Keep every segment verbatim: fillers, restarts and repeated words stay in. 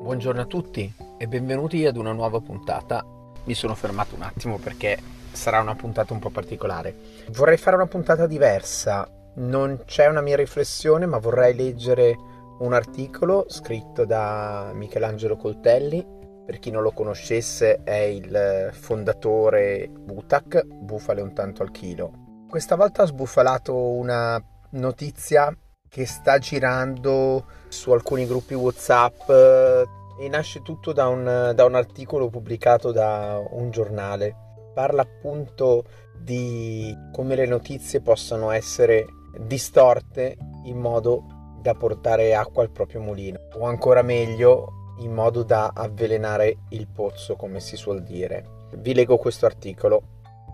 Buongiorno a tutti e benvenuti ad una nuova puntata. Mi sono fermato un attimo perché sarà una puntata un po' particolare. Vorrei fare una puntata diversa, non c'è una mia riflessione, ma vorrei leggere un articolo scritto da Michelangelo Coltelli. Per chi non lo conoscesse, è il fondatore Butac, Bufale un tanto al chilo. Questa volta ho sbufalato una notizia che sta girando su alcuni gruppi WhatsApp e nasce tutto da un, da un articolo pubblicato da un giornale. Parla appunto di come le notizie possano essere distorte in modo da portare acqua al proprio mulino, o ancora meglio in modo da avvelenare il pozzo, come si suol dire. Vi leggo questo articolo.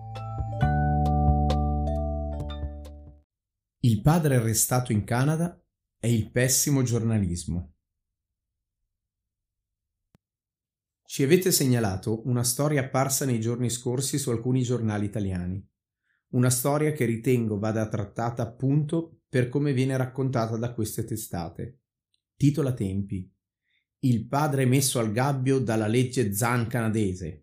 Il padre arrestato in Canada e il pessimo giornalismo. Ci avete segnalato una storia apparsa nei giorni scorsi su alcuni giornali italiani. Una storia che ritengo vada trattata appunto per come viene raccontata da queste testate. Titola Tempi. Il padre messo al gabbio dalla legge Zan canadese.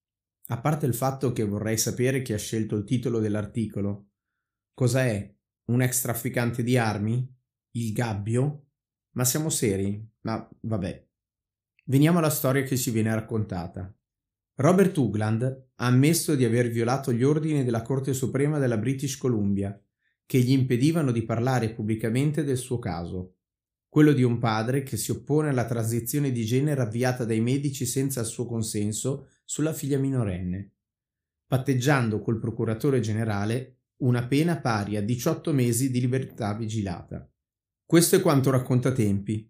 A parte il fatto che vorrei sapere chi ha scelto il titolo dell'articolo. Cosa è? Un ex trafficante di armi? Il gabbio? Ma siamo seri? Ma vabbè. Veniamo alla storia che ci viene raccontata. Robert Hoogland ha ammesso di aver violato gli ordini della Corte Suprema della British Columbia, che gli impedivano di parlare pubblicamente del suo caso, quello di un padre che si oppone alla transizione di genere avviata dai medici senza il suo consenso sulla figlia minorenne, patteggiando col procuratore generale una pena pari a diciotto mesi di libertà vigilata. Questo è quanto racconta Tempi.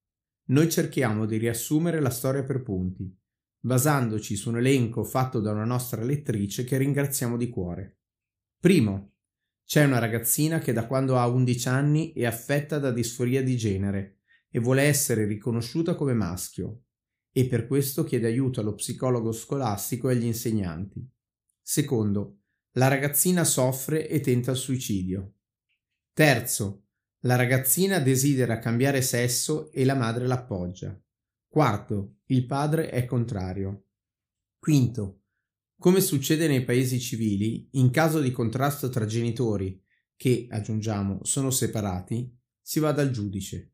Noi cerchiamo di riassumere la storia per punti, basandoci su un elenco fatto da una nostra lettrice che ringraziamo di cuore. Primo, c'è una ragazzina che da quando ha undici anni è affetta da disforia di genere e vuole essere riconosciuta come maschio, e per questo chiede aiuto allo psicologo scolastico e agli insegnanti. Secondo, la ragazzina soffre e tenta il suicidio. Terzo, la ragazzina desidera cambiare sesso e la madre l'appoggia. Quarto, il padre è contrario. Quinto, come succede nei paesi civili, in caso di contrasto tra genitori, che, aggiungiamo, sono separati, si va dal giudice.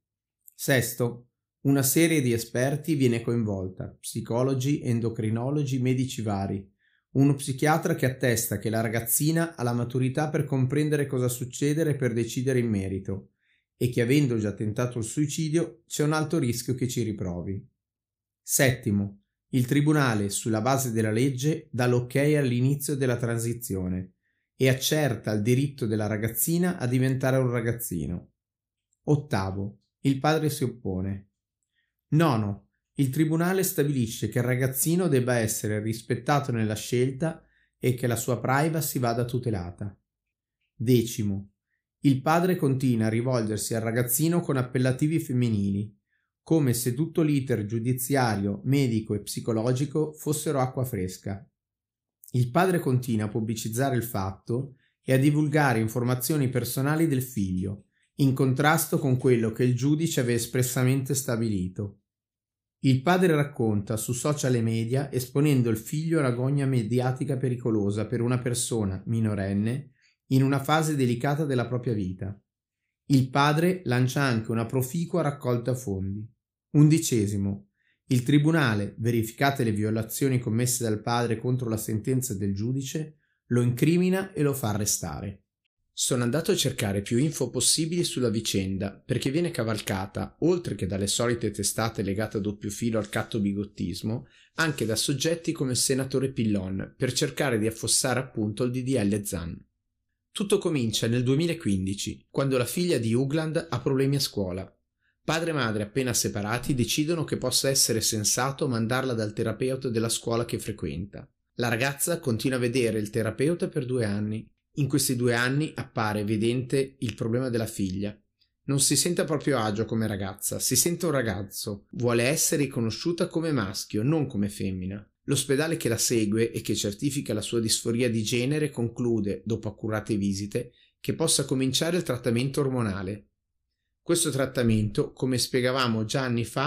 Sesto, una serie di esperti viene coinvolta, psicologi, endocrinologi, medici vari, uno psichiatra che attesta che la ragazzina ha la maturità per comprendere cosa succede e per decidere in merito, e che avendo già tentato il suicidio c'è un alto rischio che ci riprovi. Settimo, il tribunale, sulla base della legge, dà l'ok all'inizio della transizione e accerta il diritto della ragazzina a diventare un ragazzino. Ottavo, il padre si oppone. Nono, il tribunale stabilisce che il ragazzino debba essere rispettato nella scelta e che la sua privacy vada tutelata. Decimo, il padre continua a rivolgersi al ragazzino con appellativi femminili, come se tutto l'iter giudiziario, medico e psicologico fossero acqua fresca. Il padre continua a pubblicizzare il fatto e a divulgare informazioni personali del figlio, in contrasto con quello che il giudice aveva espressamente stabilito. Il padre racconta su social e media esponendo il figlio alla gogna mediatica pericolosa per una persona minorenne in una fase delicata della propria vita. Il padre lancia anche una proficua raccolta fondi. Undicesimo. Il tribunale, verificate le violazioni commesse dal padre contro la sentenza del giudice, lo incrimina e lo fa arrestare. Sono andato a cercare più info possibili sulla vicenda perché viene cavalcata, oltre che dalle solite testate legate a doppio filo al cattobigottismo, anche da soggetti come il senatore Pillon per cercare di affossare appunto il D D L Zan. Tutto comincia nel duemilaquindici, quando la figlia di Hoogland ha problemi a scuola. Padre e madre appena separati decidono che possa essere sensato mandarla dal terapeuta della scuola che frequenta. La ragazza continua a vedere il terapeuta per due anni. In questi due anni appare evidente il problema della figlia. Non si sente a proprio agio come ragazza, si sente un ragazzo. Vuole essere riconosciuta come maschio, non come femmina. L'ospedale che la segue e che certifica la sua disforia di genere conclude, dopo accurate visite, che possa cominciare il trattamento ormonale. Questo trattamento, come spiegavamo già anni fa,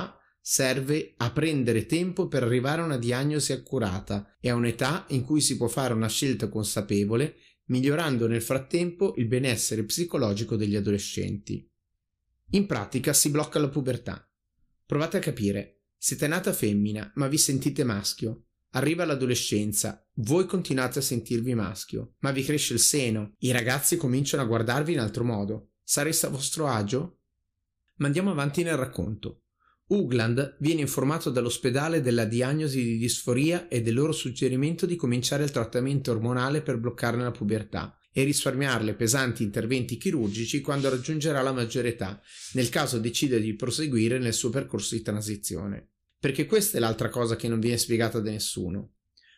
serve a prendere tempo per arrivare a una diagnosi accurata e a un'età in cui si può fare una scelta consapevole, migliorando nel frattempo il benessere psicologico degli adolescenti. In pratica si blocca la pubertà. Provate a capire, siete nata femmina ma vi sentite maschio, arriva l'adolescenza, voi continuate a sentirvi maschio, ma vi cresce il seno, i ragazzi cominciano a guardarvi in altro modo, sareste a vostro agio? Ma andiamo avanti nel racconto. Ugland viene informato dall'ospedale della diagnosi di disforia e del loro suggerimento di cominciare il trattamento ormonale per bloccarne la pubertà e risparmiarle pesanti interventi chirurgici quando raggiungerà la maggiore età, nel caso decida di proseguire nel suo percorso di transizione. Perché questa è l'altra cosa che non viene spiegata da nessuno.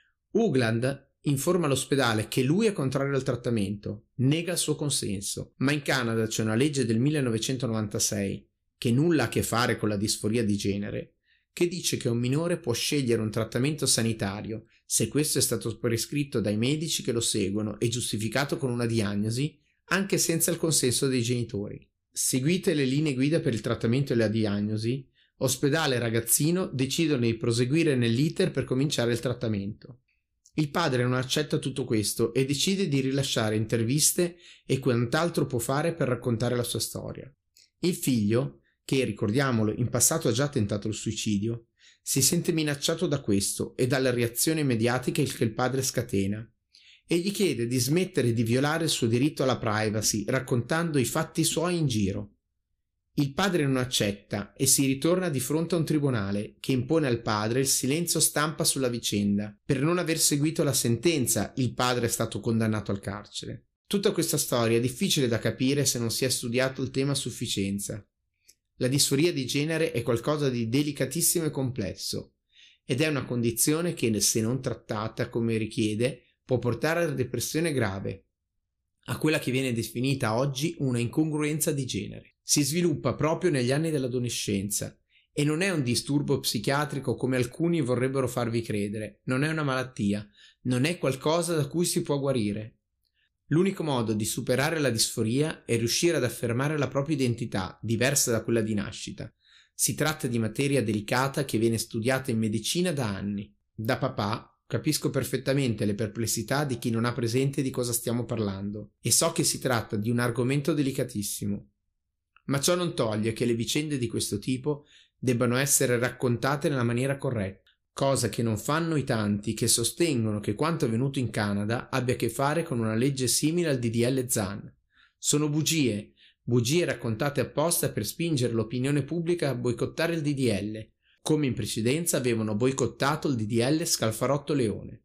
Ugland informa l'ospedale che lui è contrario al trattamento, nega il suo consenso, ma in Canada c'è una legge del millenovecentonovantasei che nulla ha a che fare con la disforia di genere, che dice che un minore può scegliere un trattamento sanitario se questo è stato prescritto dai medici che lo seguono e giustificato con una diagnosi, anche senza il consenso dei genitori. Seguite le linee guida per il trattamento e la diagnosi, ospedale e ragazzino decidono di proseguire nell'iter per cominciare il trattamento. Il padre non accetta tutto questo e decide di rilasciare interviste e quant'altro può fare per raccontare la sua storia. Il figlio, che ricordiamolo in passato ha già tentato il suicidio, si sente minacciato da questo e dalla reazione mediatica che il padre scatena e gli chiede di smettere di violare il suo diritto alla privacy raccontando i fatti suoi in giro. Il padre non accetta e si ritorna di fronte a un tribunale che impone al padre il silenzio stampa sulla vicenda. Per non aver seguito la sentenza il padre è stato condannato al carcere. Tutta questa storia è difficile da capire se non si è studiato il tema a sufficienza. La disforia di genere è qualcosa di delicatissimo e complesso ed è una condizione che, se non trattata come richiede, può portare alla depressione grave, a quella che viene definita oggi una incongruenza di genere. Si sviluppa proprio negli anni dell'adolescenza e non è un disturbo psichiatrico come alcuni vorrebbero farvi credere, non è una malattia, non è qualcosa da cui si può guarire. L'unico modo di superare la disforia è riuscire ad affermare la propria identità, diversa da quella di nascita. Si tratta di materia delicata che viene studiata in medicina da anni. Da papà capisco perfettamente le perplessità di chi non ha presente di cosa stiamo parlando e so che si tratta di un argomento delicatissimo. Ma ciò non toglie che le vicende di questo tipo debbano essere raccontate nella maniera corretta, cosa che non fanno i tanti che sostengono che quanto avvenuto in Canada abbia a che fare con una legge simile al D D L Zan. Sono bugie, bugie raccontate apposta per spingere l'opinione pubblica a boicottare il D D L, come in precedenza avevano boicottato il D D L Scalfarotto Leone.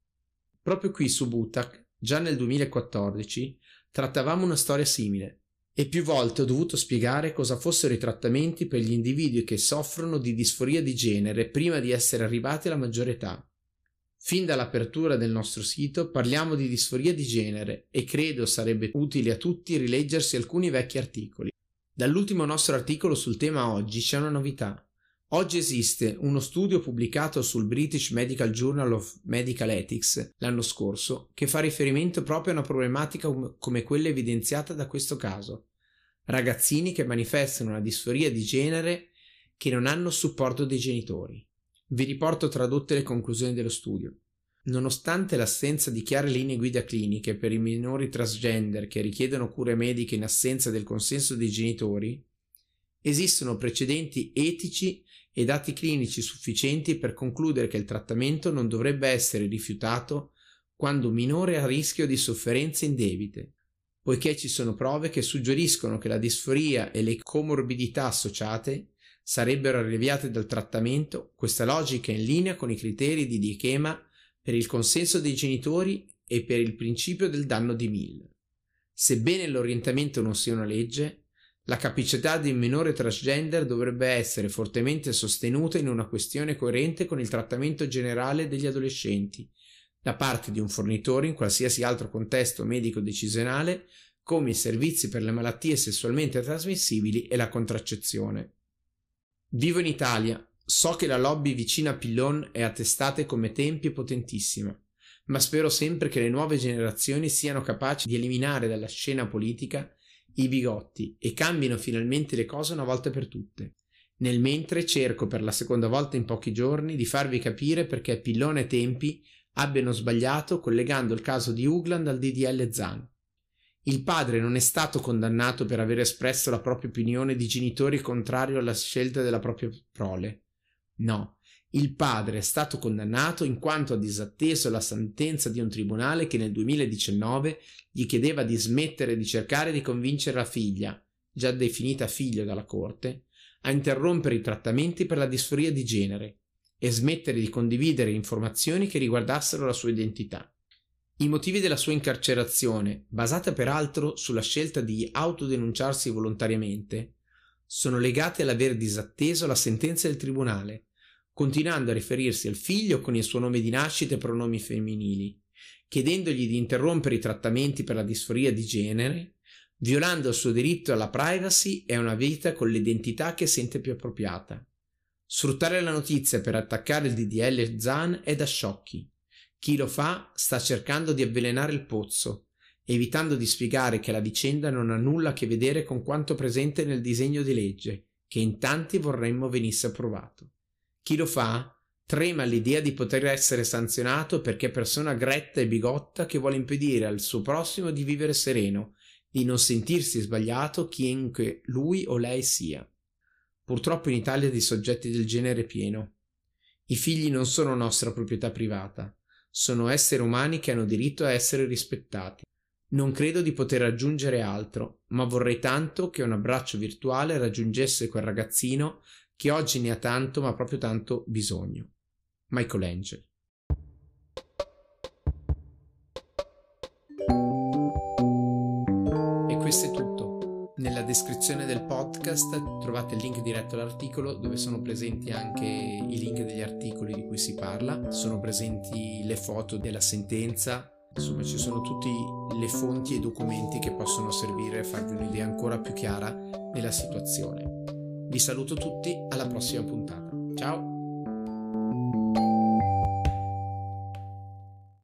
Proprio qui su Butak, già nel duemilaquattordici, trattavamo una storia simile. E più volte ho dovuto spiegare cosa fossero i trattamenti per gli individui che soffrono di disforia di genere prima di essere arrivati alla maggiore età. Fin dall'apertura del nostro sito parliamo di disforia di genere e credo sarebbe utile a tutti rileggersi alcuni vecchi articoli. Dall'ultimo nostro articolo sul tema oggi c'è una novità. Oggi esiste uno studio pubblicato sul British Medical Journal of Medical Ethics l'anno scorso che fa riferimento proprio a una problematica come quella evidenziata da questo caso. Ragazzini che manifestano una disforia di genere che non hanno supporto dei genitori. Vi riporto tradotte le conclusioni dello studio. Nonostante l'assenza di chiare linee guida cliniche per i minori transgender che richiedono cure mediche in assenza del consenso dei genitori, esistono precedenti etici e dati clinici sufficienti per concludere che il trattamento non dovrebbe essere rifiutato quando un minore è a rischio di sofferenze indebite, poiché ci sono prove che suggeriscono che la disforia e le comorbidità associate sarebbero alleviate dal trattamento. Questa logica è in linea con i criteri di Diechema per il consenso dei genitori e per il principio del danno di Mill. Sebbene l'orientamento non sia una legge, la capacità di un minore transgender dovrebbe essere fortemente sostenuta in una questione coerente con il trattamento generale degli adolescenti, da parte di un fornitore in qualsiasi altro contesto medico decisionale, come i servizi per le malattie sessualmente trasmissibili e la contraccezione. Vivo in Italia, so che la lobby vicina a Pillon è a testate come tempi e potentissima, ma spero sempre che le nuove generazioni siano capaci di eliminare dalla scena politica i bigotti e cambino finalmente le cose una volta per tutte. Nel mentre cerco per la seconda volta in pochi giorni di farvi capire perché Pillone e Tempi abbiano sbagliato collegando il caso di Ugland al D D L Zan. Il padre non è stato condannato per aver espresso la propria opinione di genitori contrario alla scelta della propria prole. No, il padre è stato condannato in quanto ha disatteso la sentenza di un tribunale che nel duemiladiciannove gli chiedeva di smettere di cercare di convincere la figlia, già definita figlio dalla corte, a interrompere i trattamenti per la disforia di genere e smettere di condividere informazioni che riguardassero la sua identità. I motivi della sua incarcerazione, basata peraltro sulla scelta di autodenunciarsi volontariamente, sono legati all'aver disatteso la sentenza del tribunale, continuando a riferirsi al figlio con il suo nome di nascita e pronomi femminili, chiedendogli di interrompere i trattamenti per la disforia di genere, violando il suo diritto alla privacy e a una vita con l'identità che sente più appropriata. Sfruttare la notizia per attaccare il D D L Zan è da sciocchi. Chi lo fa sta cercando di avvelenare il pozzo, evitando di spiegare che la vicenda non ha nulla a che vedere con quanto presente nel disegno di legge, che in tanti vorremmo venisse approvato. Chi lo fa trema all'idea di poter essere sanzionato perché è persona gretta e bigotta che vuole impedire al suo prossimo di vivere sereno, di non sentirsi sbagliato chiunque lui o lei sia. Purtroppo in Italia di soggetti del genere è pieno. I figli non sono nostra proprietà privata. Sono esseri umani che hanno diritto a essere rispettati. Non credo di poter aggiungere altro, ma vorrei tanto che un abbraccio virtuale raggiungesse quel ragazzino che oggi ne ha tanto, ma proprio tanto bisogno. Michelangelo. E questo è tutto. Nella descrizione del podcast trovate il link diretto all'articolo, dove sono presenti anche i link degli articoli di cui si parla, sono presenti le foto della sentenza, insomma ci sono tutte le fonti e i documenti che possono servire a farvi un'idea ancora più chiara della situazione. Vi saluto tutti, alla prossima puntata. Ciao!